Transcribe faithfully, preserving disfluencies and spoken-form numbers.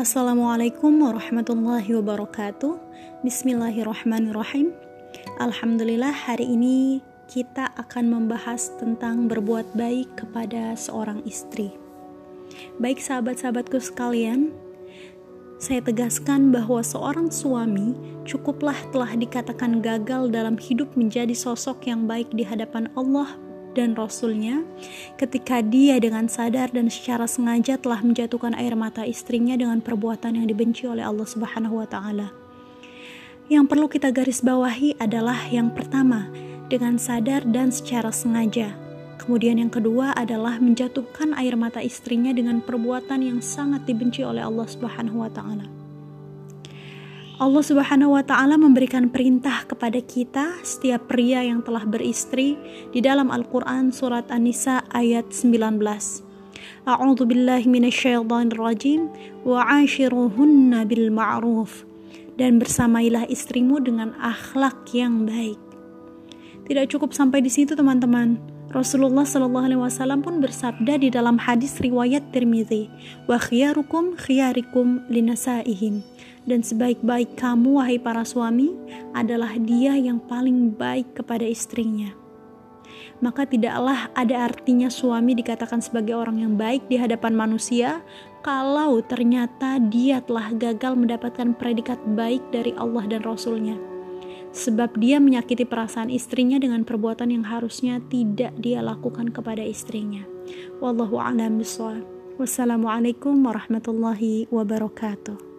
Assalamualaikum warahmatullahi wabarakatuh. Bismillahirrahmanirrahim. Alhamdulillah, hari ini kita akan membahas tentang berbuat baik kepada seorang istri. Baik sahabat-sahabatku sekalian, saya tegaskan bahwa seorang suami cukuplah telah dikatakan gagal dalam hidup menjadi sosok yang baik di hadapan Allah dan Rasul-Nya ketika dia dengan sadar dan secara sengaja telah menjatuhkan air mata istrinya dengan perbuatan yang dibenci oleh Allah Subhanahu wa Ta'ala. Yang perlu kita garis bawahi adalah yang pertama, dengan sadar dan secara sengaja. Kemudian yang kedua adalah menjatuhkan air mata istrinya dengan perbuatan yang sangat dibenci oleh Allah Subhanahu wa Ta'ala. Allah Subhanahu wa Ta'ala memberikan perintah kepada kita, setiap pria yang telah beristri, di dalam Al-Quran surat An-Nisa ayat sembilan belas. A'udzu billahi minasyaitonir rajim wa 'ashiruhunna bil ma'ruf. Dan bersamailah istrimu dengan akhlak yang baik. Tidak cukup sampai di situ, teman-teman. Rasulullah shallallahu alaihi wasallam pun bersabda di dalam hadis riwayat Tirmidzi, wa khiyarukum khiyarikum linasaihim. Dan sebaik-baik kamu, wahai para suami, adalah dia yang paling baik kepada istrinya. Maka tidaklah ada artinya suami dikatakan sebagai orang yang baik di hadapan manusia kalau ternyata dia telah gagal mendapatkan predikat baik dari Allah dan Rasul-Nya. Sebab dia menyakiti perasaan istrinya dengan perbuatan yang harusnya tidak dia lakukan kepada istrinya. Wallahu a'lam bishawab. Wassalamualaikum warahmatullahi wabarakatuh.